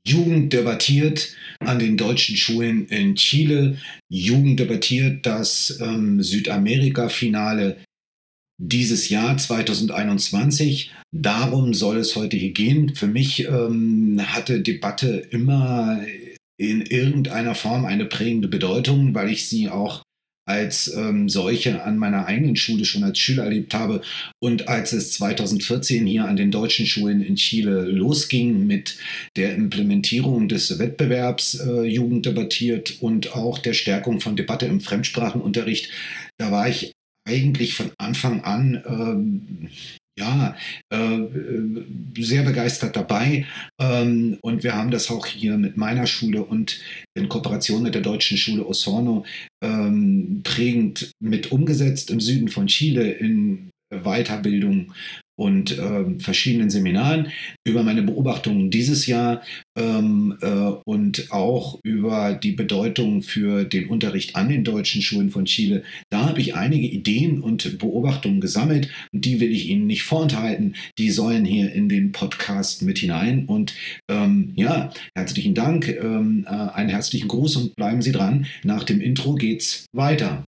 Jugend debattiert an den deutschen Schulen in Chile. Jugend debattiert das Südamerika-Finale dieses Jahr 2021. Darum soll es heute hier gehen. Für mich hatte Debatte immer in irgendeiner Form eine prägende Bedeutung, weil ich sie auch als solche an meiner eigenen Schule schon als Schüler erlebt habe. Und als es 2014 hier an den deutschen Schulen in Chile losging mit der Implementierung des Wettbewerbs Jugend debattiert und auch der Stärkung von Debatte im Fremdsprachenunterricht, da war ich eigentlich von Anfang an ja, sehr begeistert dabei. Und wir haben das auch hier mit meiner Schule und in Kooperation mit der deutschen Schule Osorno prägend mit umgesetzt im Süden von Chile in Weiterbildung und verschiedenen Seminaren über meine Beobachtungen dieses Jahr und auch über die Bedeutung für den Unterricht an den deutschen Schulen von Chile. Da habe ich einige Ideen und Beobachtungen gesammelt und die will ich Ihnen nicht vorenthalten. Die sollen hier in den Podcast mit hinein. Und ja, herzlichen Dank, einen herzlichen Gruß und bleiben Sie dran. Nach dem Intro geht's weiter.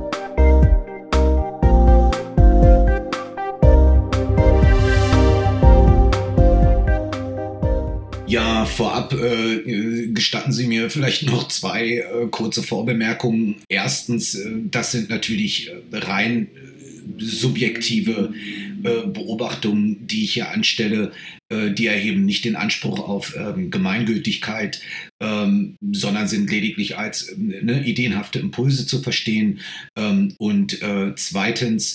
Ja, vorab gestatten Sie mir vielleicht noch zwei kurze Vorbemerkungen. Erstens, das sind natürlich rein subjektive Beobachtungen, die ich hier anstelle. Die erheben nicht den Anspruch auf Gemeingültigkeit, sondern sind lediglich als ideenhafte Impulse zu verstehen. Und zweitens,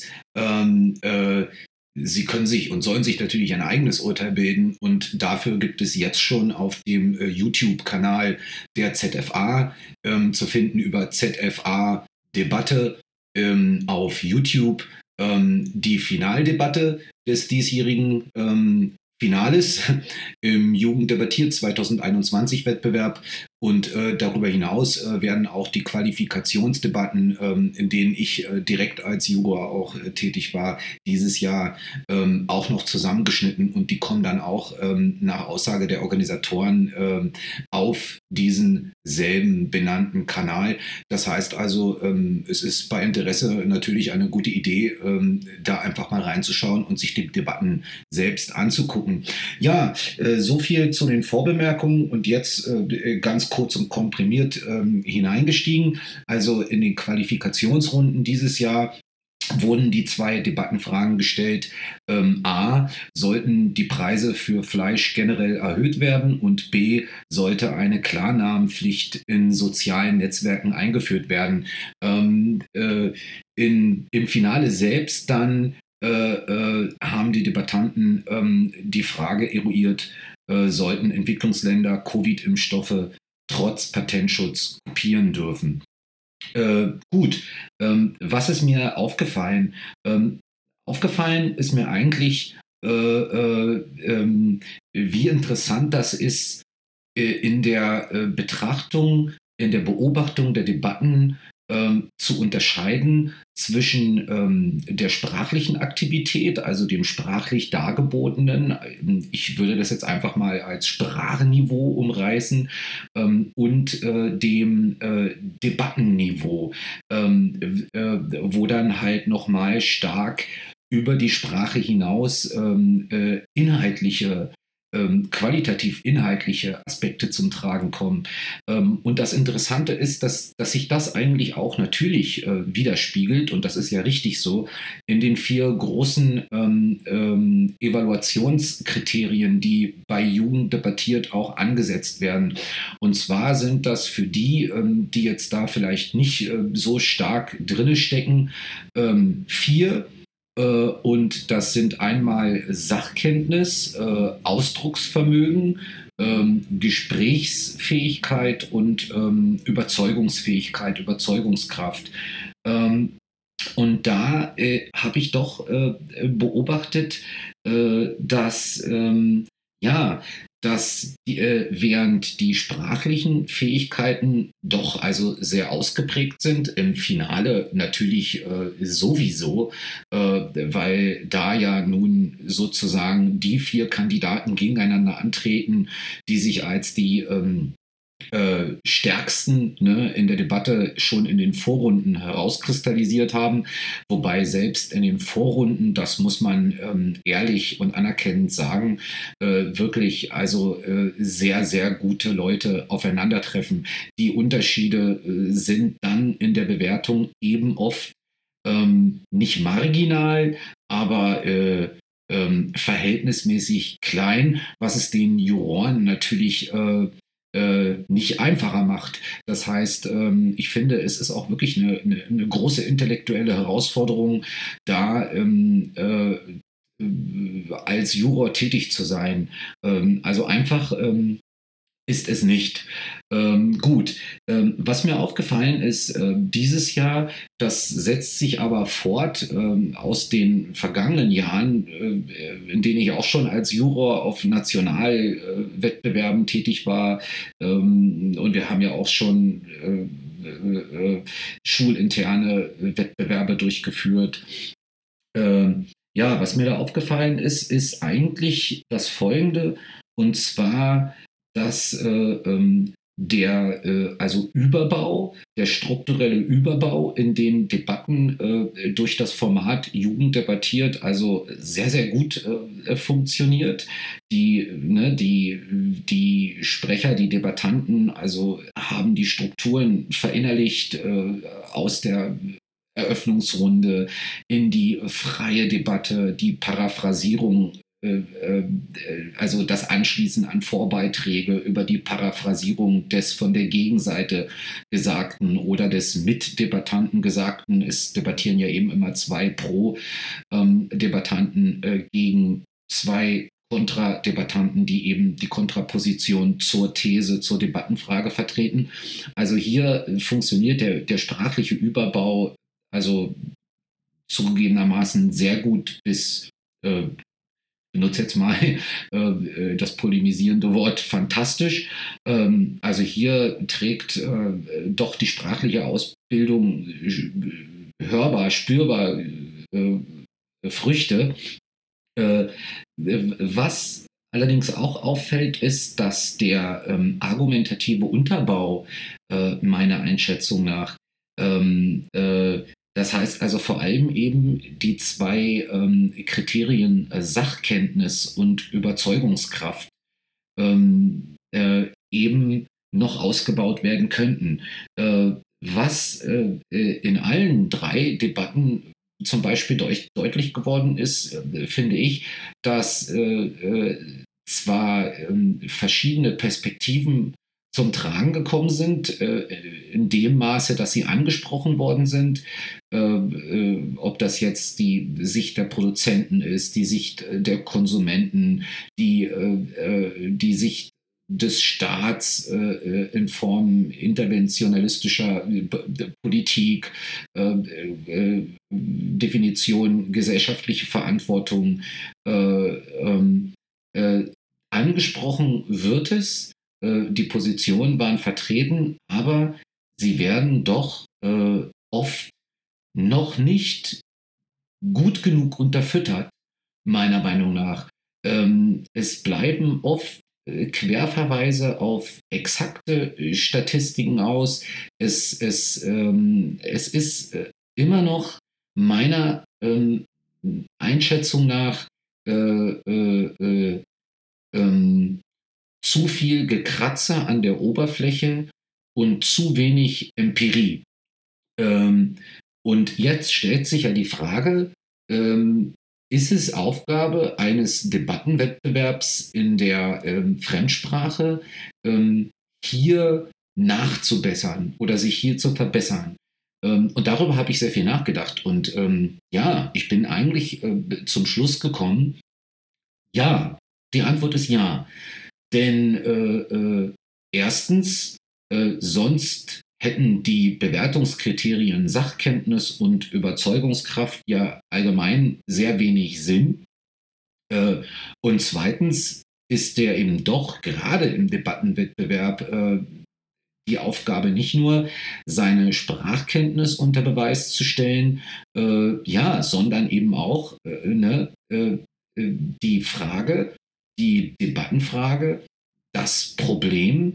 Sie können sich und sollen sich natürlich ein eigenes Urteil bilden und dafür gibt es jetzt schon auf dem YouTube-Kanal der ZFA zu finden über ZFA Debatte auf YouTube die Finaldebatte des diesjährigen Finales im Jugend debattiert 2021 Wettbewerb und darüber hinaus werden auch die Qualifikationsdebatten, in denen ich direkt als Juror auch tätig war, dieses Jahr auch noch zusammengeschnitten und die kommen dann auch nach Aussage der Organisatoren auf diesen selben benannten Kanal. Das heißt also, es ist bei Interesse natürlich eine gute Idee, da einfach mal reinzuschauen und sich die Debatten selbst anzugucken. Ja, so viel zu den Vorbemerkungen und jetzt ganz kurz und komprimiert hineingestiegen. Also in den Qualifikationsrunden dieses Jahr wurden die zwei Debattenfragen gestellt. A, sollten die Preise für Fleisch generell erhöht werden und B, sollte eine Klarnamenpflicht in sozialen Netzwerken eingeführt werden. Im Finale selbst dann haben die Debattanten die Frage eruiert, sollten Entwicklungsländer Covid-Impfstoffe trotz Patentschutz kopieren dürfen. Gut, was ist mir aufgefallen? Aufgefallen ist mir eigentlich, wie interessant das ist in der Betrachtung, in der Beobachtung der Debatten zu unterscheiden zwischen der sprachlichen Aktivität, also dem sprachlich Dargebotenen, ich würde das jetzt einfach mal als Sprachniveau umreißen, und dem Debattenniveau, wo dann halt nochmal stark über die Sprache hinaus inhaltliche qualitativ inhaltliche Aspekte zum Tragen kommen. Und das Interessante ist, dass sich das eigentlich auch natürlich widerspiegelt, und das ist ja richtig so, in den vier großen Evaluationskriterien, die bei Jugend debattiert auch angesetzt werden. Und zwar sind das für die, die jetzt da vielleicht nicht so stark drinne stecken, vier. Und das sind einmal Sachkenntnis, Ausdrucksvermögen, Gesprächsfähigkeit und Überzeugungsfähigkeit, Überzeugungskraft. Und da habe ich doch beobachtet, dass Ja, während die sprachlichen Fähigkeiten doch also sehr ausgeprägt sind, im Finale natürlich sowieso, weil da ja nun sozusagen die vier Kandidaten gegeneinander antreten, die sich als die stärksten, ne, in der Debatte schon in den Vorrunden herauskristallisiert haben, wobei selbst in den Vorrunden, das muss man ehrlich und anerkennend sagen, wirklich also sehr, sehr gute Leute aufeinandertreffen. Die Unterschiede sind dann in der Bewertung eben oft nicht marginal, aber verhältnismäßig klein, was es den Juroren natürlich nicht einfacher macht. Das heißt, ich finde, es ist auch wirklich eine große intellektuelle Herausforderung, da als Juror tätig zu sein. Also einfach ist es nicht. Gut, was mir aufgefallen ist dieses Jahr, das setzt sich aber fort aus den vergangenen Jahren, in denen ich auch schon als Juror auf Nationalwettbewerben tätig war. Und wir haben ja auch schon schulinterne Wettbewerbe durchgeführt. Ja, was mir da aufgefallen ist, ist eigentlich das Folgende, und zwar, dass also Überbau, der strukturelle Überbau in den Debatten durch das Format Jugend debattiert, also sehr, sehr gut funktioniert. Die Sprecher, die Debattanten, also haben die Strukturen verinnerlicht aus der Eröffnungsrunde in die freie Debatte, die Paraphrasierung, also das Anschließen an Vorbeiträge über die Paraphrasierung des von der Gegenseite Gesagten oder des Mitdebattanten Gesagten. Es debattieren ja eben immer zwei Pro-Debattanten gegen zwei Kontradebattanten, die eben die Kontraposition zur These, zur Debattenfrage vertreten. Also hier funktioniert der sprachliche Überbau also zugegebenermaßen sehr gut bis, ich benutze jetzt mal das polemisierende Wort fantastisch. Also hier trägt doch die sprachliche Ausbildung hörbar, spürbar Früchte. Was allerdings auch auffällt, ist, dass der argumentative Unterbau meiner Einschätzung nach das heißt also vor allem eben die zwei Kriterien Sachkenntnis und Überzeugungskraft eben noch ausgebaut werden könnten. Was in allen drei Debatten zum Beispiel deutlich geworden ist, finde ich, dass zwar verschiedene Perspektiven zum Tragen gekommen sind, in dem Maße, dass sie angesprochen worden sind, ob das jetzt die Sicht der Produzenten ist, die Sicht der Konsumenten, die Sicht des Staats in Form interventionalistischer Politik, Definition gesellschaftliche Verantwortung, angesprochen wird es. Die Positionen waren vertreten, aber sie werden doch oft noch nicht gut genug unterfüttert, meiner Meinung nach. Es bleiben oft Querverweise auf exakte Statistiken aus. Es ist immer noch meiner Einschätzung nach äh, zu viel Gekratzer an der Oberfläche und zu wenig Empirie. Ähm, und jetzt stellt sich ja die Frage, ist es Aufgabe eines Debattenwettbewerbs in der Fremdsprache, hier nachzubessern oder sich hier zu verbessern? Und darüber habe ich sehr viel nachgedacht. Und ja, ich bin eigentlich zum Schluss gekommen, ja, die Antwort ist ja. Denn erstens, sonst hätten die Bewertungskriterien Sachkenntnis und Überzeugungskraft ja allgemein sehr wenig Sinn. Äh, und zweitens ist der eben doch gerade im Debattenwettbewerb die Aufgabe, nicht nur seine Sprachkenntnis unter Beweis zu stellen, ja, sondern eben auch die Frage, die Debattenfrage, das Problem,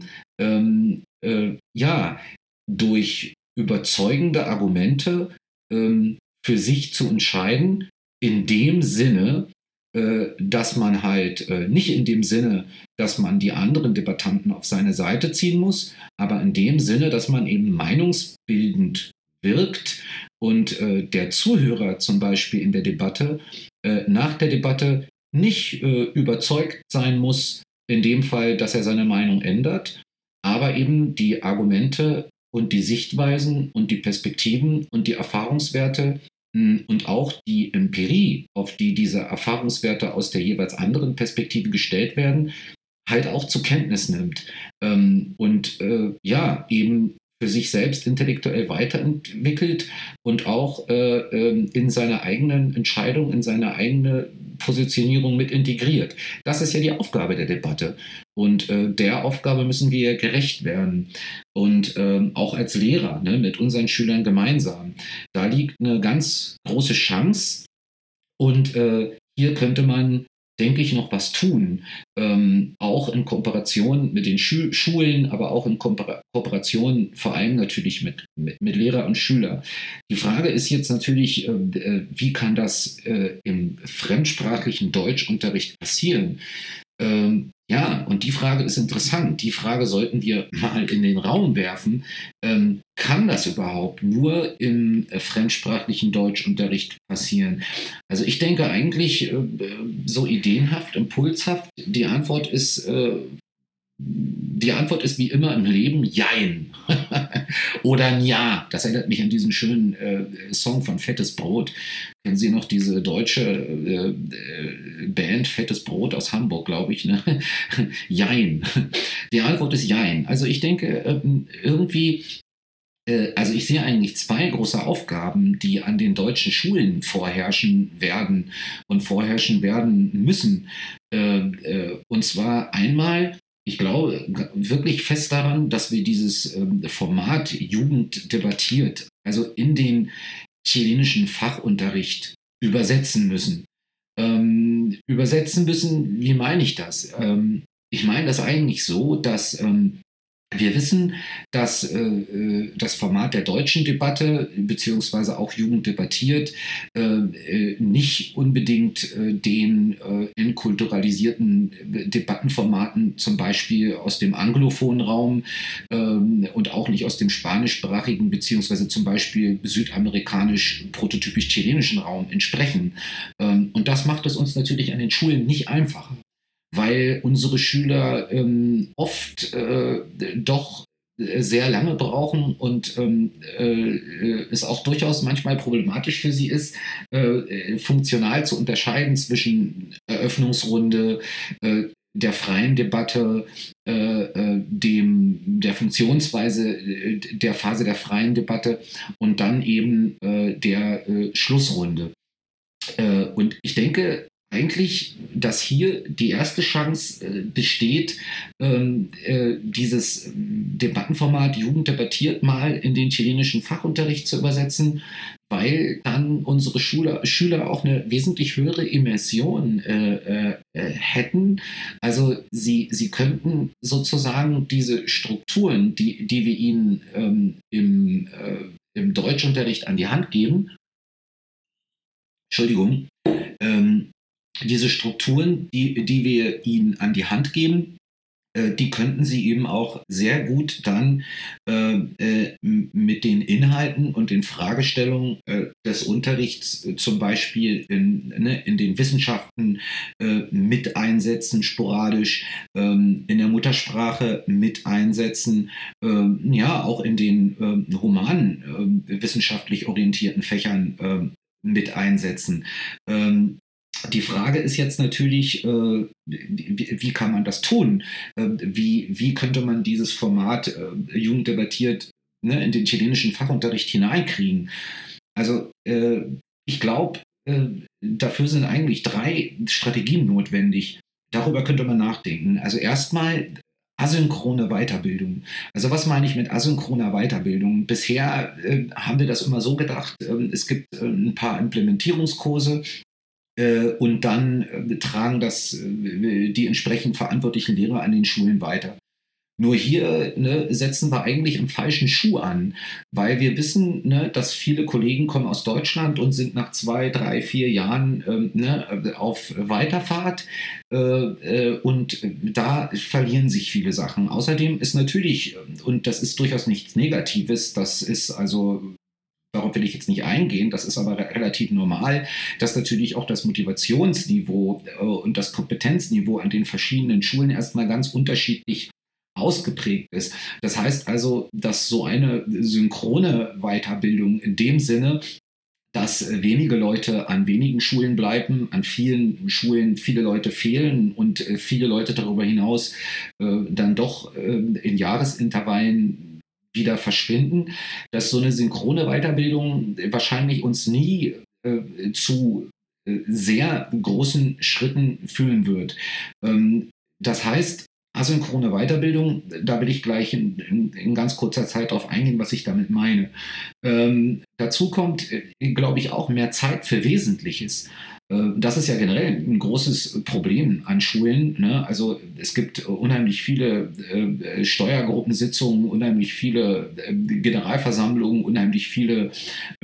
ja, durch überzeugende Argumente für sich zu entscheiden, in dem Sinne, dass man halt nicht in dem Sinne, dass man die anderen Debattanten auf seine Seite ziehen muss, aber in dem Sinne, dass man eben meinungsbildend wirkt und der Zuhörer zum Beispiel in der Debatte nach der Debatte nicht überzeugt sein muss, in dem Fall, dass er seine Meinung ändert, aber eben die Argumente und die Sichtweisen und die Perspektiven und die Erfahrungswerte und auch die Empirie, auf die diese Erfahrungswerte aus der jeweils anderen Perspektive gestellt werden, halt auch zur Kenntnis nimmt und ja, eben für sich selbst intellektuell weiterentwickelt und auch in seine eigenen Entscheidungen, in seine eigene Positionierung mit integriert. Das ist ja die Aufgabe der Debatte. Und der Aufgabe müssen wir gerecht werden. Und auch als Lehrer, ne, mit unseren Schülern gemeinsam. Da liegt eine ganz große Chance. Und hier könnte man, denke ich, noch was tun. Auch in Kooperation mit den Schulen, aber auch in Kooperation vor allem natürlich mit Lehrer und Schüler. Die Frage ist jetzt natürlich, wie kann das im fremdsprachlichen Deutschunterricht passieren? Ja, und die Frage ist interessant. Die Frage sollten wir mal in den Raum werfen. Kann das überhaupt nur im fremdsprachlichen Deutschunterricht passieren? Also ich denke eigentlich so ideenhaft, impulshaft. Die Antwort ist wie immer im Leben Jein oder ein Ja. Das erinnert mich an diesen schönen Song von Fettes Brot. Kennen Sie noch diese deutsche Band Fettes Brot aus Hamburg, glaube ich, ne? Jein. Die Antwort ist Jein. Also ich denke irgendwie, also ich sehe eigentlich zwei große Aufgaben, die an den deutschen Schulen vorherrschen werden und vorherrschen werden müssen. Und zwar einmal, ich glaube wirklich fest daran, dass wir dieses Format Jugend debattiert, also in den chilenischen Fachunterricht übersetzen müssen. Übersetzen müssen, wie meine ich das? Ich meine das eigentlich so, dass wir wissen, dass das Format der deutschen Debatte beziehungsweise auch Jugend debattiert nicht unbedingt den entkulturalisierten Debattenformaten zum Beispiel aus dem anglophonen Raum und auch nicht aus dem spanischsprachigen beziehungsweise zum Beispiel südamerikanisch prototypisch chilenischen Raum entsprechen. Und das macht es uns natürlich an den Schulen nicht einfacher, weil unsere Schüler oft doch sehr lange brauchen und es auch durchaus manchmal problematisch für sie ist, funktional zu unterscheiden zwischen Eröffnungsrunde, der freien Debatte, der Funktionsweise der Phase der freien Debatte und dann eben der Schlussrunde. Und ich denke eigentlich, dass hier die erste Chance besteht, dieses Debattenformat Jugend debattiert mal in den chilenischen Fachunterricht zu übersetzen, weil dann unsere Schüler auch eine wesentlich höhere Immersion hätten. Also sie könnten sozusagen diese Strukturen, die wir ihnen im Deutschunterricht an die Hand geben, Entschuldigung, ähm, diese Strukturen, die wir ihnen an die Hand geben, die könnten sie eben auch sehr gut dann mit den Inhalten und den Fragestellungen des Unterrichts zum Beispiel in den Wissenschaften mit einsetzen, sporadisch, in der Muttersprache mit einsetzen, ja, auch in den humanen, wissenschaftlich orientierten Fächern mit einsetzen. Die Frage ist jetzt natürlich, wie kann man das tun? Wie könnte man dieses Format Jugend debattiert, ne, in den chilenischen Fachunterricht hineinkriegen? Also ich glaube, dafür sind eigentlich drei Strategien notwendig. Darüber könnte man nachdenken. Also erstmal asynchrone Weiterbildung. Also was meine ich mit asynchroner Weiterbildung? Bisher haben wir das immer so gedacht, es gibt ein paar Implementierungskurse, und dann tragen das die entsprechend verantwortlichen Lehrer an den Schulen weiter. Nur hier, ne, setzen wir eigentlich im falschen Schuh an, weil wir wissen, ne, dass viele Kollegen kommen aus Deutschland und sind nach 2, 3, 4 Jahren ne, auf Weiterfahrt, und da verlieren sich viele Sachen. Außerdem ist natürlich, und das ist durchaus nichts Negatives, das ist also, darauf will ich jetzt nicht eingehen, das ist aber relativ normal, dass natürlich auch das Motivationsniveau und das Kompetenzniveau an den verschiedenen Schulen erstmal ganz unterschiedlich ausgeprägt ist. Das heißt also, dass so eine synchrone Weiterbildung in dem Sinne, dass wenige Leute an wenigen Schulen bleiben, an vielen Schulen viele Leute fehlen und viele Leute darüber hinaus dann doch in Jahresintervallen wieder verschwinden, dass so eine synchrone Weiterbildung wahrscheinlich uns nie zu sehr großen Schritten führen wird. Das heißt, asynchrone Weiterbildung, da will ich gleich in ganz kurzer Zeit darauf eingehen, was ich damit meine. Dazu kommt, glaube ich, auch mehr Zeit für Wesentliches. Das ist ja generell ein großes Problem an Schulen. Ne? Also es gibt unheimlich viele Steuergruppensitzungen, unheimlich viele Generalversammlungen, unheimlich viele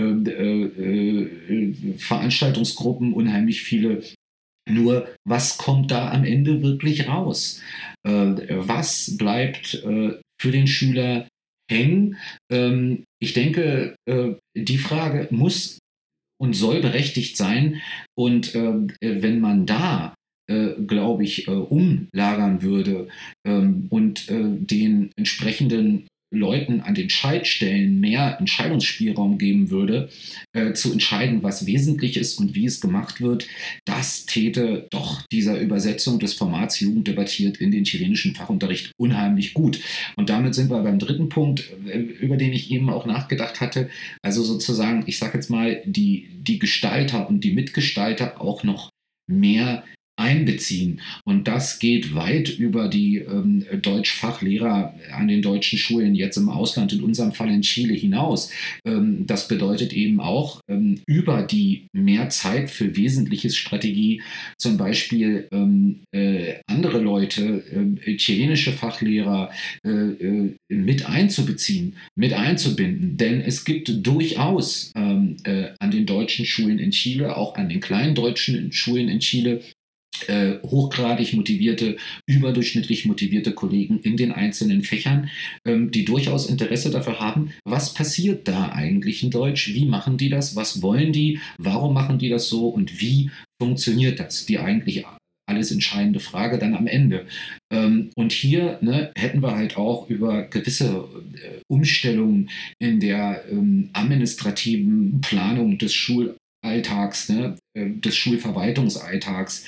Veranstaltungsgruppen, unheimlich viele. Nur, was kommt da am Ende wirklich raus? Was bleibt für den Schüler hängen? Ich denke, die Frage muss und soll berechtigt sein. Und wenn man da, glaube ich, umlagern würde und den entsprechenden Leuten an den Schaltstellen mehr Entscheidungsspielraum geben würde, zu entscheiden, was wesentlich ist und wie es gemacht wird, das täte doch dieser Übersetzung des Formats Jugend debattiert in den chilenischen Fachunterricht unheimlich gut. Und damit sind wir beim dritten Punkt, über den ich eben auch nachgedacht hatte. Also sozusagen, ich sage jetzt mal, die Gestalter und die Mitgestalter auch noch mehr einbeziehen. Und das geht weit über die Deutschfachlehrer an den deutschen Schulen jetzt im Ausland, in unserem Fall in Chile, hinaus. Das bedeutet eben auch über die mehr Zeit für wesentliches Strategie zum Beispiel andere Leute, chilenische Fachlehrer mit einzubeziehen, mit einzubinden. Denn es gibt durchaus an den deutschen Schulen in Chile, auch an den kleinen deutschen Schulen in Chile, hochgradig motivierte, überdurchschnittlich motivierte Kollegen in den einzelnen Fächern, die durchaus Interesse dafür haben, was passiert da eigentlich in Deutsch, wie machen die das, was wollen die, warum machen die das so und wie funktioniert das, die eigentlich alles entscheidende Frage dann am Ende. Und hier ne, hätten wir halt auch über gewisse Umstellungen in der administrativen Planung des Schulalltags, ne, des Schulverwaltungsalltags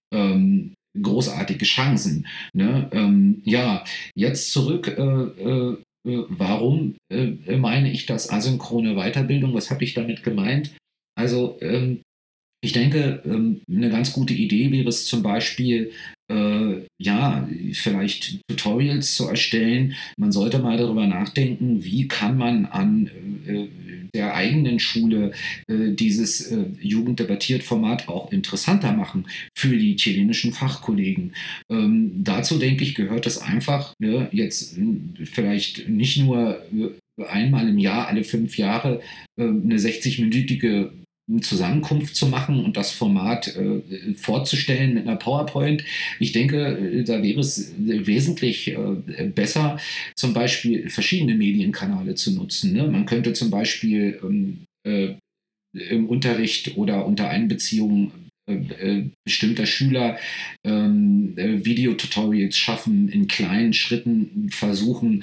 großartige Chancen. Ne? Ja, jetzt zurück. Warum meine ich das asynchrone Weiterbildung? Was habe ich damit gemeint? Also ich denke, eine ganz gute Idee wäre es zum Beispiel, ja, vielleicht Tutorials zu erstellen. Man sollte mal darüber nachdenken, wie kann man an der eigenen Schule dieses Jugenddebattiert-Format auch interessanter machen für die chilenischen Fachkollegen. Dazu denke ich, gehört es einfach, ne, jetzt vielleicht nicht nur einmal im Jahr, alle 5 Jahre, eine 60-minütige Zusammenkunft zu machen und das Format vorzustellen mit einer PowerPoint. Ich denke, da wäre es wesentlich besser, zum Beispiel verschiedene Medienkanäle zu nutzen. Ne? Man könnte zum Beispiel im Unterricht oder unter Einbeziehung bestimmter Schüler Videotutorials schaffen, in kleinen Schritten versuchen,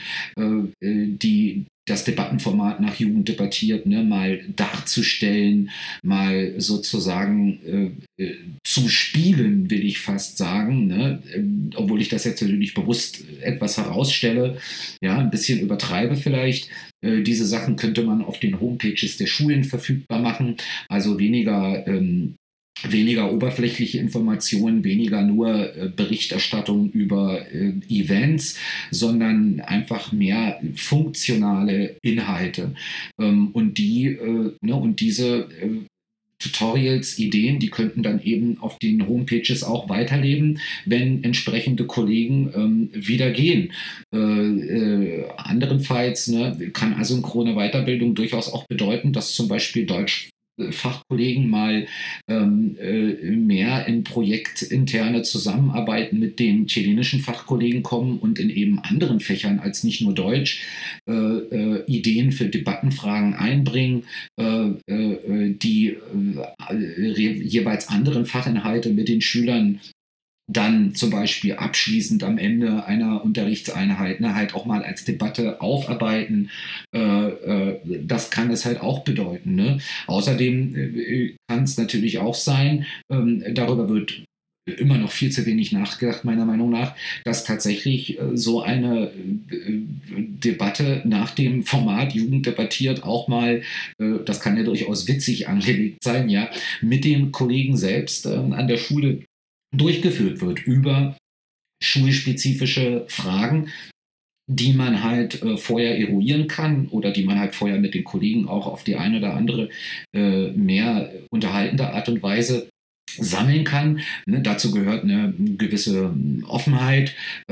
das Debattenformat nach Jugend debattiert, ne, mal darzustellen, mal sozusagen zu spielen, will ich fast sagen, ne, obwohl ich das jetzt natürlich bewusst etwas herausstelle, ja, ein bisschen übertreibe vielleicht. Diese Sachen könnte man auf den Homepages der Schulen verfügbar machen, also weniger weniger oberflächliche Informationen, weniger nur Berichterstattung über Events, sondern einfach mehr funktionale Inhalte. Und diese Tutorials, Ideen, die könnten dann eben auf den Homepages auch weiterleben, wenn entsprechende Kollegen wieder gehen. Anderenfalls kann asynchrone Weiterbildung durchaus auch bedeuten, dass zum Beispiel Fachkollegen mal mehr in projektinterne Zusammenarbeit mit den chilenischen Fachkollegen kommen und in eben anderen Fächern als nicht nur Deutsch Ideen für Debattenfragen einbringen, die jeweils anderen Fachinhalte mit den Schülern dann zum Beispiel abschließend am Ende einer Unterrichtseinheit halt auch mal als Debatte aufarbeiten. Das kann es halt auch bedeuten. Ne? Außerdem kann es natürlich auch sein, darüber wird immer noch viel zu wenig nachgedacht, meiner Meinung nach, dass tatsächlich so eine Debatte nach dem Format Jugend debattiert auch mal, das kann ja durchaus witzig angelegt sein, ja, mit den Kollegen selbst an der Schule durchgeführt wird über schulspezifische Fragen, die man halt vorher eruieren kann oder die man halt vorher mit den Kollegen auch auf die eine oder andere mehr unterhaltende Art und Weise sammeln kann. Ne, dazu gehört eine gewisse Offenheit,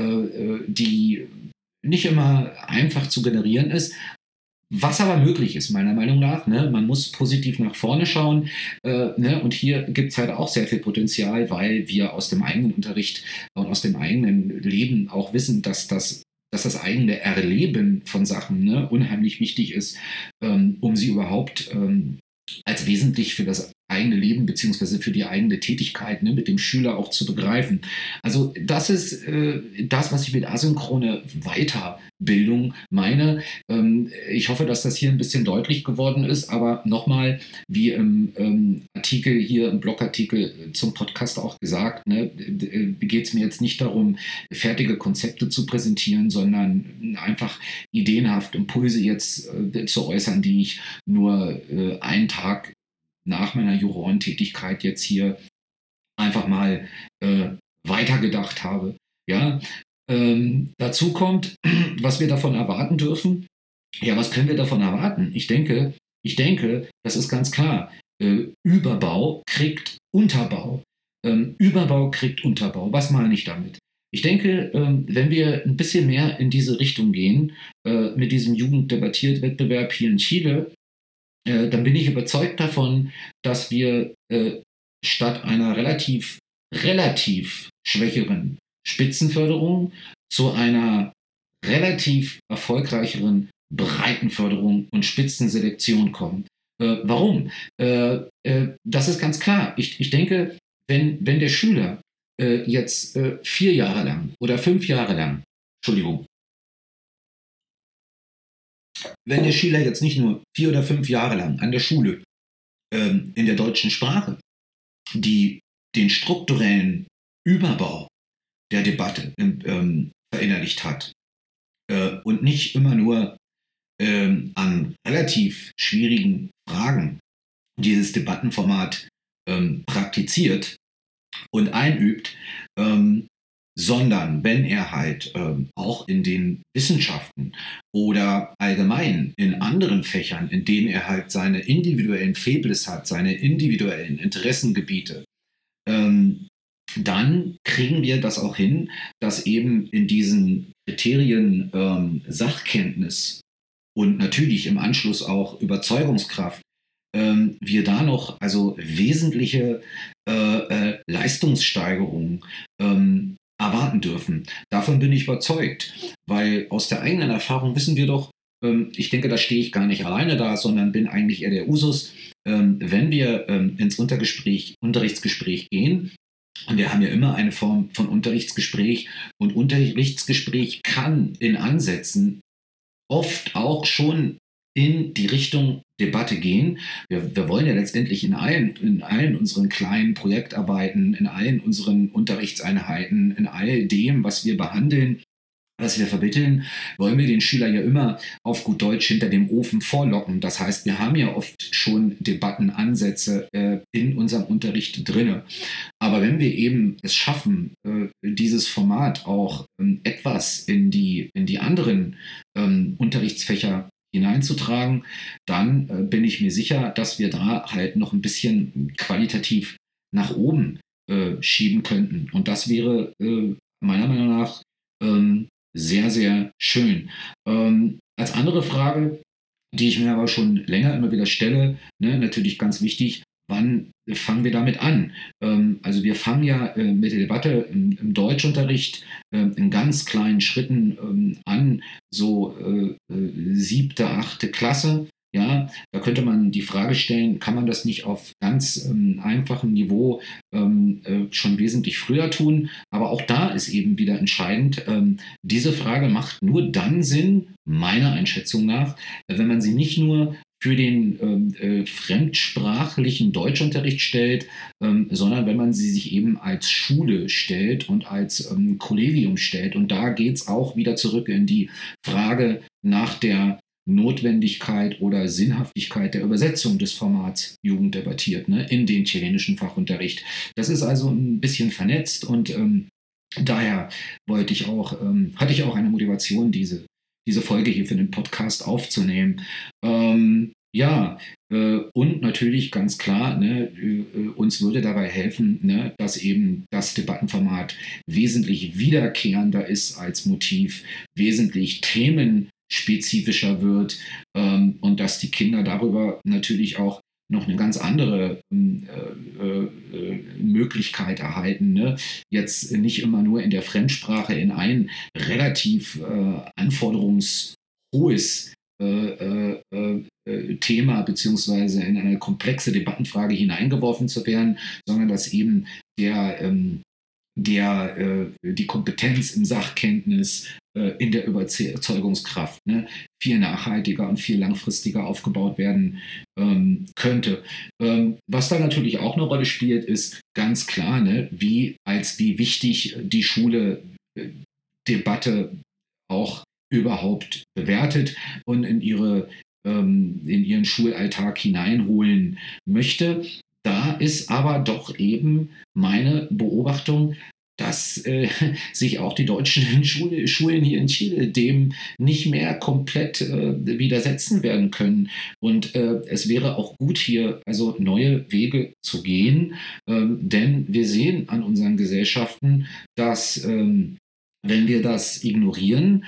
die nicht immer einfach zu generieren ist, was aber möglich ist, meiner Meinung nach. Ne? Man muss positiv nach vorne schauen. Ne? Und hier gibt es halt auch sehr viel Potenzial, weil wir aus dem eigenen Unterricht und aus dem eigenen Leben auch wissen, dass das eigene Erleben von Sachen unheimlich wichtig ist, um sie überhaupt als wesentlich für das eigene Leben beziehungsweise für die eigene Tätigkeit mit dem Schüler auch zu begreifen. Also das ist das, was ich mit asynchrone Weiterbildung meine. Ich hoffe, dass das hier ein bisschen deutlich geworden ist, aber nochmal, wie im Artikel hier, im Blogartikel zum Podcast auch gesagt, geht es mir jetzt nicht darum, fertige Konzepte zu präsentieren, sondern einfach ideenhaft Impulse jetzt zu äußern, die ich nur einen Tag nach meiner Jurorentätigkeit jetzt hier einfach mal weitergedacht habe. Ja, dazu kommt, was wir davon erwarten dürfen. Ja, was können wir davon erwarten? Ich denke, das ist ganz klar. Überbau kriegt Unterbau. Überbau kriegt Unterbau. Was meine ich damit? Ich denke, wenn wir ein bisschen mehr in diese Richtung gehen, mit diesem Jugenddebattiert-Wettbewerb hier in Chile, dann bin ich überzeugt davon, dass wir statt einer relativ schwächeren Spitzenförderung zu einer relativ erfolgreicheren Breitenförderung und Spitzenselektion kommen. Warum? Das ist ganz klar. Ich denke, wenn der Schüler jetzt 4 Jahre lang oder 5 Jahre lang, Entschuldigung, wenn der Schüler jetzt nicht nur 4 oder 5 Jahre lang an der Schule in der deutschen Sprache den strukturellen Überbau der Debatte verinnerlicht hat und nicht immer nur an relativ schwierigen Fragen dieses Debattenformat praktiziert und einübt, sondern wenn er halt auch in den Wissenschaften oder allgemein in anderen Fächern, in denen er halt seine individuellen Faibles hat, seine individuellen Interessengebiete, dann kriegen wir das auch hin, dass eben in diesen Kriterien Sachkenntnis und natürlich im Anschluss auch Überzeugungskraft wir da noch also wesentliche Leistungssteigerungen erwarten dürfen. Davon bin ich überzeugt, weil aus der eigenen Erfahrung wissen wir doch, ich denke, da stehe ich gar nicht alleine da, sondern bin eigentlich eher der Usus, wenn wir ins Unterrichtsgespräch gehen, und wir haben ja immer eine Form von Unterrichtsgespräch, und Unterrichtsgespräch kann in Ansätzen oft auch schon in die Richtung Debatte gehen. Wir wollen ja letztendlich in allen unseren kleinen Projektarbeiten, in allen unseren Unterrichtseinheiten, in all dem, was wir behandeln, was wir vermitteln, wollen wir den Schüler ja immer auf gut Deutsch hinter dem Ofen vorlocken. Das heißt, wir haben ja oft schon Debattenansätze in unserem Unterricht drinne. Aber wenn wir eben es schaffen, dieses Format auch etwas in die anderen Unterrichtsfächer hineinzutragen, dann bin ich mir sicher, dass wir da halt noch ein bisschen qualitativ nach oben schieben könnten. Und das wäre meiner Meinung nach sehr, sehr schön. Als andere Frage, die ich mir aber schon länger immer wieder stelle, ne, natürlich ganz wichtig, wann fangen wir damit an? Also wir fangen ja mit der Debatte im Deutschunterricht in ganz kleinen Schritten an, so 7., 8. Klasse. Ja, da könnte man die Frage stellen, kann man das nicht auf ganz einfachem Niveau schon wesentlich früher tun? Aber auch da ist eben wieder entscheidend, diese Frage macht nur dann Sinn, meiner Einschätzung nach, wenn man sie nicht nur für den fremdsprachlichen Deutschunterricht stellt, sondern wenn man sie sich eben als Schule stellt und als Kollegium stellt. Und da geht es auch wieder zurück in die Frage nach der Notwendigkeit oder Sinnhaftigkeit der Übersetzung des Formats Jugend debattiert, ne, in den chilenischen Fachunterricht. Das ist also ein bisschen vernetzt und daher hatte ich auch eine Motivation, diese Folge hier für den Podcast aufzunehmen. Ja, und natürlich ganz klar, ne, uns würde dabei helfen, ne, dass eben das Debattenformat wesentlich wiederkehrender ist als Motiv, wesentlich themenspezifischer wird und dass die Kinder darüber natürlich auch noch eine ganz andere Möglichkeit erhalten. Ne? Jetzt nicht immer nur in der Fremdsprache in ein relativ anforderungshohes Thema beziehungsweise in eine komplexe Debattenfrage hineingeworfen zu werden, sondern dass eben die Kompetenz im Sachkenntnis, in der Überzeugungskraft, ne, viel nachhaltiger und viel langfristiger aufgebaut werden könnte. Was da natürlich auch eine Rolle spielt, ist ganz klar, ne, wie wichtig die Schule Debatte auch überhaupt bewertet und in ihren Schulalltag hineinholen möchte. Da ist aber doch eben meine Beobachtung, dass sich auch die deutschen Schulen hier in Chile dem nicht mehr komplett widersetzen werden können. Und es wäre auch gut, hier also neue Wege zu gehen, denn wir sehen an unseren Gesellschaften, dass wenn wir das ignorieren,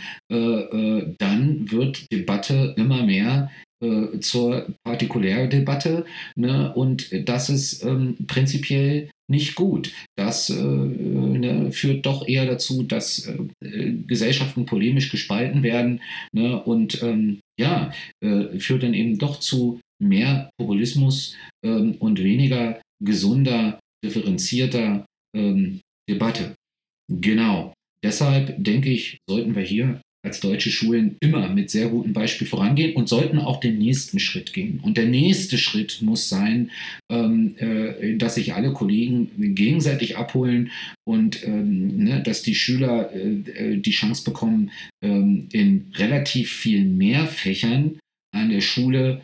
dann wird Debatte immer mehr zur Partikulardebatte, ne? Und das ist prinzipiell nicht gut. Das ne, führt doch eher dazu, dass Gesellschaften polemisch gespalten werden, ne? Und ja, führt dann eben doch zu mehr Populismus und weniger gesunder, differenzierter Debatte. Genau. Deshalb denke ich, sollten wir hier als deutsche Schulen immer mit sehr gutem Beispiel vorangehen und sollten auch den nächsten Schritt gehen. Und der nächste Schritt muss sein, dass sich alle Kollegen gegenseitig abholen und ne, dass die Schüler die Chance bekommen, in relativ viel mehr Fächern an der Schule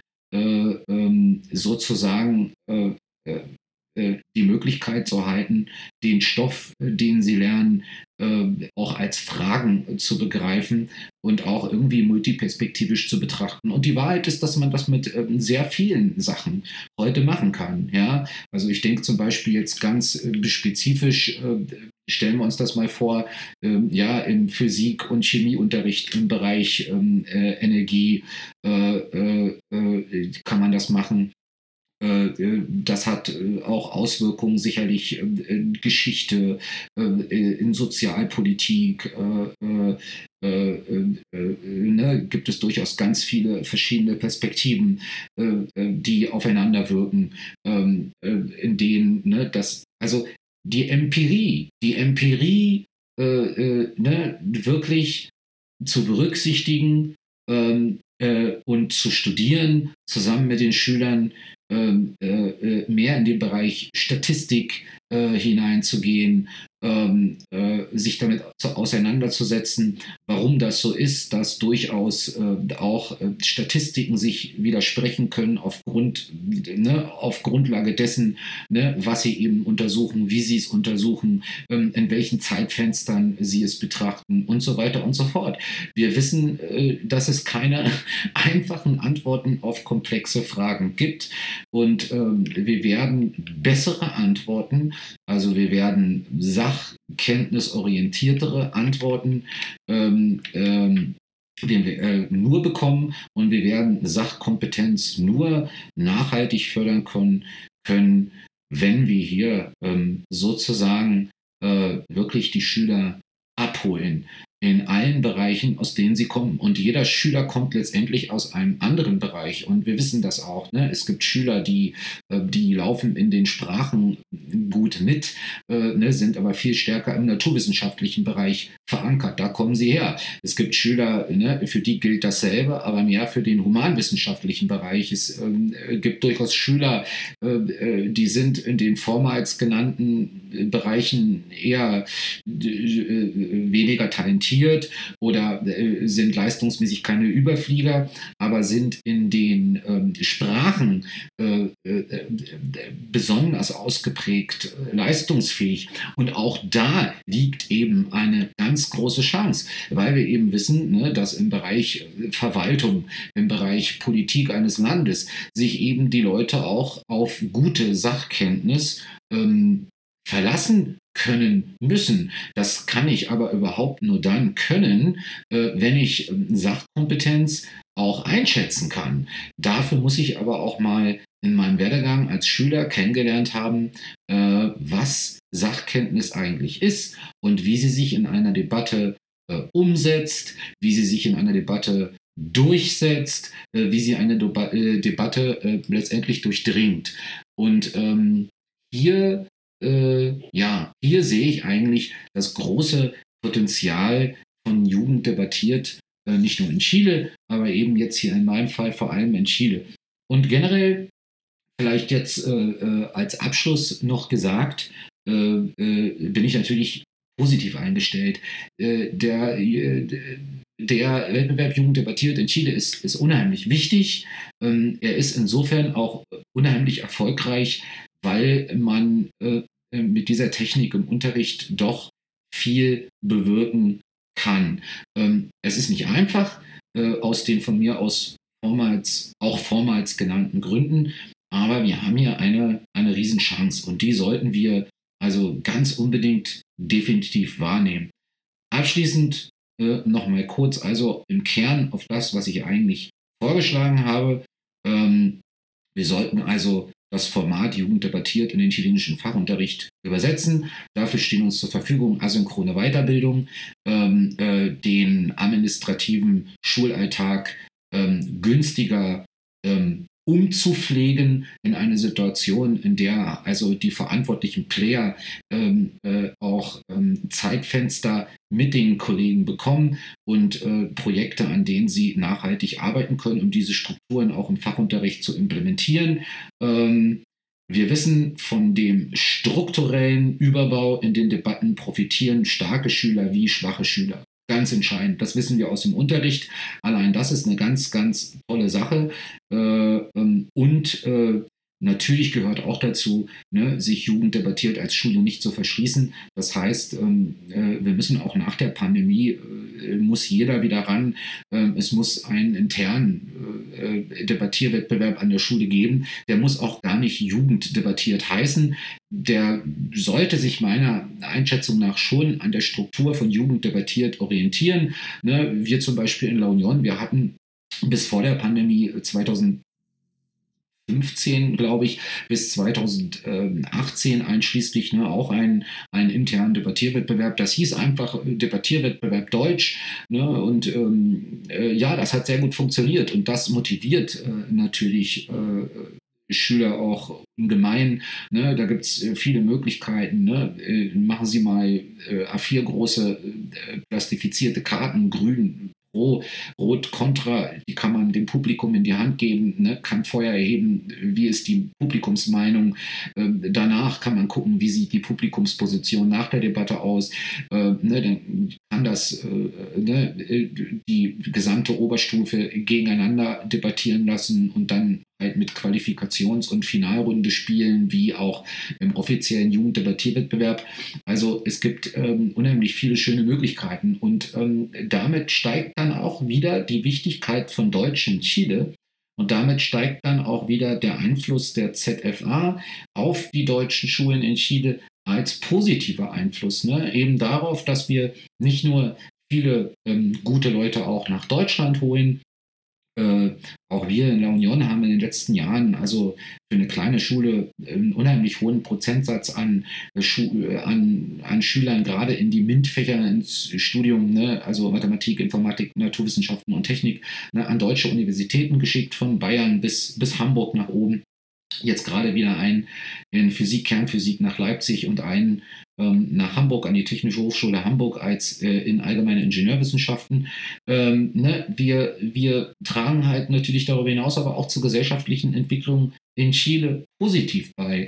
sozusagen die Möglichkeit zu erhalten, den Stoff, den sie lernen, auch als Fragen zu begreifen und auch irgendwie multiperspektivisch zu betrachten. Und die Wahrheit ist, dass man das mit sehr vielen Sachen heute machen kann. Ja? Also ich denke zum Beispiel jetzt ganz spezifisch, stellen wir uns das mal vor, ja, im Physik- und Chemieunterricht im Bereich Energie kann man das machen. Das hat auch Auswirkungen sicherlich in Geschichte, in Sozialpolitik. Ne, gibt es durchaus ganz viele verschiedene Perspektiven, die aufeinander wirken, in denen ne, also die Empirie ne, wirklich zu berücksichtigen und zu studieren, zusammen mit den Schülern mehr in den Bereich Statistik hineinzugehen, sich damit auseinanderzusetzen, warum das so ist, dass durchaus auch Statistiken sich widersprechen können auf Grundlage dessen, ne, was sie eben untersuchen, wie sie es untersuchen, in welchen Zeitfenstern sie es betrachten und so weiter und so fort. Wir wissen, dass es keine einfachen Antworten auf komplexe Fragen gibt und wir werden bessere Antworten, also wir werden sachkenntnisorientiertere Antworten nur bekommen und wir werden Sachkompetenz nur nachhaltig fördern können, wenn wir hier sozusagen wirklich die Schüler abholen in allen Bereichen, aus denen sie kommen. Und jeder Schüler kommt letztendlich aus einem anderen Bereich. Und wir wissen das auch. Ne? Es gibt Schüler, die laufen in den Sprachen gut mit, ne, sind aber viel stärker im naturwissenschaftlichen Bereich verankert. Da kommen sie her. Es gibt Schüler, ne, für die gilt dasselbe, aber mehr für den humanwissenschaftlichen Bereich. Es gibt durchaus Schüler, die sind in den vormals genannten Bereichen eher weniger talentiert oder sind leistungsmäßig keine Überflieger, aber sind in den Sprachen besonders ausgeprägt leistungsfähig. Und auch da liegt eben eine ganz große Chance, weil wir eben wissen, ne, dass im Bereich Verwaltung, im Bereich Politik eines Landes sich eben die Leute auch auf gute Sachkenntnis verlassen können müssen. Das kann ich aber überhaupt nur dann können, wenn ich Sachkompetenz auch einschätzen kann. Dafür muss ich aber auch mal in meinem Werdegang als Schüler kennengelernt haben, was Sachkenntnis eigentlich ist und wie sie sich in einer Debatte umsetzt, wie sie sich in einer Debatte durchsetzt, wie sie eine Debatte letztendlich durchdringt. Und hier hier sehe ich eigentlich das große Potenzial von Jugend debattiert, nicht nur in Chile, aber eben jetzt hier in meinem Fall vor allem in Chile. Und generell vielleicht jetzt als Abschluss noch gesagt, bin ich natürlich positiv eingestellt. Der Wettbewerb Jugend debattiert in Chile ist unheimlich wichtig. Er ist insofern auch unheimlich erfolgreich, weil man mit dieser Technik im Unterricht doch viel bewirken kann. Es ist nicht einfach, aus den von mir aus vormals genannten Gründen, aber wir haben hier eine Riesenchance und die sollten wir also ganz unbedingt definitiv wahrnehmen. Abschließend nochmal kurz, also im Kern auf das, was ich eigentlich vorgeschlagen habe. Wir sollten also das Format Jugend debattiert in den chilenischen Fachunterricht übersetzen. Dafür stehen uns zur Verfügung asynchrone Weiterbildung, den administrativen Schulalltag günstiger umzupflegen in eine Situation, in der also die verantwortlichen Player auch Zeitfenster mit den Kollegen bekommen und Projekte, an denen sie nachhaltig arbeiten können, um diese Strukturen auch im Fachunterricht zu implementieren. Wir wissen, von dem strukturellen Überbau in den Debatten profitieren starke Schüler wie schwache Schüler. Ganz entscheidend. Das wissen wir aus dem Unterricht. Allein das ist eine ganz, ganz tolle Sache. Und natürlich gehört auch dazu, ne, sich Jugend debattiert als Schule nicht zu verschließen. Das heißt, wir müssen auch nach der Pandemie, muss jeder wieder ran. Es muss einen internen Debattierwettbewerb an der Schule geben. Der muss auch gar nicht Jugend debattiert heißen. Der sollte sich meiner Einschätzung nach schon an der Struktur von Jugend debattiert orientieren. Ne, wir zum Beispiel in La Union, wir hatten bis vor der Pandemie 2015, glaube ich, bis 2018 einschließlich, ne, auch einen internen Debattierwettbewerb. Das hieß einfach Debattierwettbewerb Deutsch. Ne, und ja, das hat sehr gut funktioniert und das motiviert natürlich Schüler auch ungemein. Ne? Da gibt es viele Möglichkeiten. Ne? Machen Sie mal A4 große plastifizierte Karten, grün, pro, rot kontra, die kann man dem Publikum in die Hand geben, ne, kann Feuer erheben, wie ist die Publikumsmeinung, danach kann man gucken, wie sieht die Publikumsposition nach der Debatte aus, ne, dann kann das ne, die gesamte Oberstufe gegeneinander debattieren lassen und dann halt mit Qualifikations- und Finalrunde spielen, wie auch im offiziellen Jugenddebattierwettbewerb. Also es gibt unheimlich viele schöne Möglichkeiten und damit steigt dann auch wieder die Wichtigkeit von Deutsch in Chile. Und damit steigt dann auch wieder der Einfluss der ZFA auf die deutschen Schulen in Chile als positiver Einfluss. Ne? Eben darauf, dass wir nicht nur viele gute Leute auch nach Deutschland holen, äh, auch wir in der Union haben in den letzten Jahren also für eine kleine Schule einen unheimlich hohen Prozentsatz an Schülern gerade in die MINT-Fächer ins Studium, ne, also Mathematik, Informatik, Naturwissenschaften und Technik, ne, an deutsche Universitäten geschickt, von Bayern bis Hamburg nach oben. Jetzt gerade wieder einen in Physik, Kernphysik nach Leipzig und einen nach Hamburg an die Technische Hochschule Hamburg als in allgemeine Ingenieurwissenschaften. Ne, wir tragen halt natürlich darüber hinaus aber auch zur gesellschaftlichen Entwicklung in Chile positiv bei.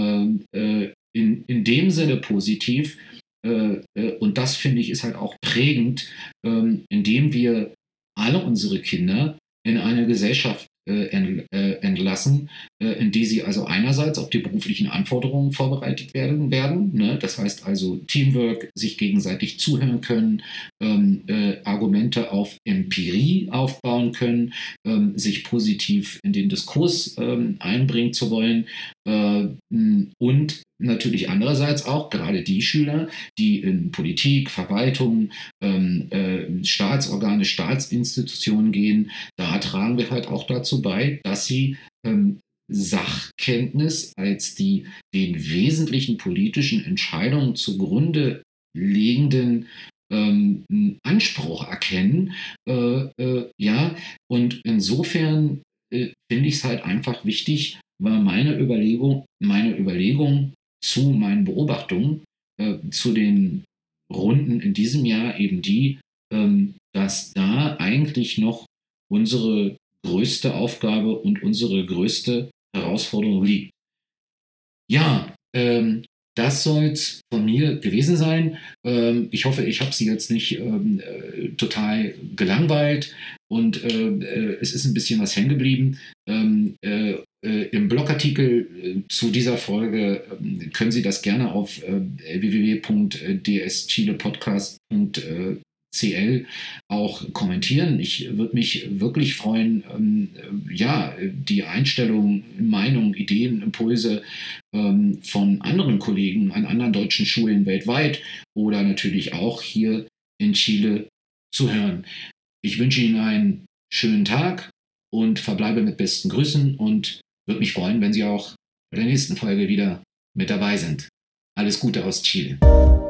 In dem Sinne positiv, und das finde ich ist halt auch prägend, indem wir alle unsere Kinder in eine Gesellschaft entlassen, in die sie also einerseits auf die beruflichen Anforderungen vorbereitet werden, ne? Das heißt also Teamwork, sich gegenseitig zuhören können, Argumente auf Empirie aufbauen können, sich positiv in den Diskurs einbringen zu wollen und natürlich andererseits auch gerade die Schüler, die in Politik, Verwaltung, Staatsorgane, Staatsinstitutionen gehen, da tragen wir halt auch dazu bei, dass sie Sachkenntnis als die den wesentlichen politischen Entscheidungen zugrunde liegenden Anspruch erkennen. Ja, und insofern finde ich es halt einfach wichtig, war meine Überlegung zu meinen Beobachtungen zu den Runden in diesem Jahr eben die, dass da eigentlich noch unsere größte Aufgabe und unsere größte Herausforderung liegt. Ja, das soll es von mir gewesen sein. Ich hoffe, ich habe Sie jetzt nicht total gelangweilt und es ist ein bisschen was hängen geblieben. Im Blogartikel zu dieser Folge können Sie das gerne auf www.dschilepodcast.cl auch kommentieren. Ich würde mich wirklich freuen, ja, die Einstellungen, Meinungen, Ideen, Impulse von anderen Kollegen an anderen deutschen Schulen weltweit oder natürlich auch hier in Chile zu hören. Ich wünsche Ihnen einen schönen Tag und verbleibe mit besten Grüßen und würde mich freuen, wenn Sie auch bei der nächsten Folge wieder mit dabei sind. Alles Gute aus Chile.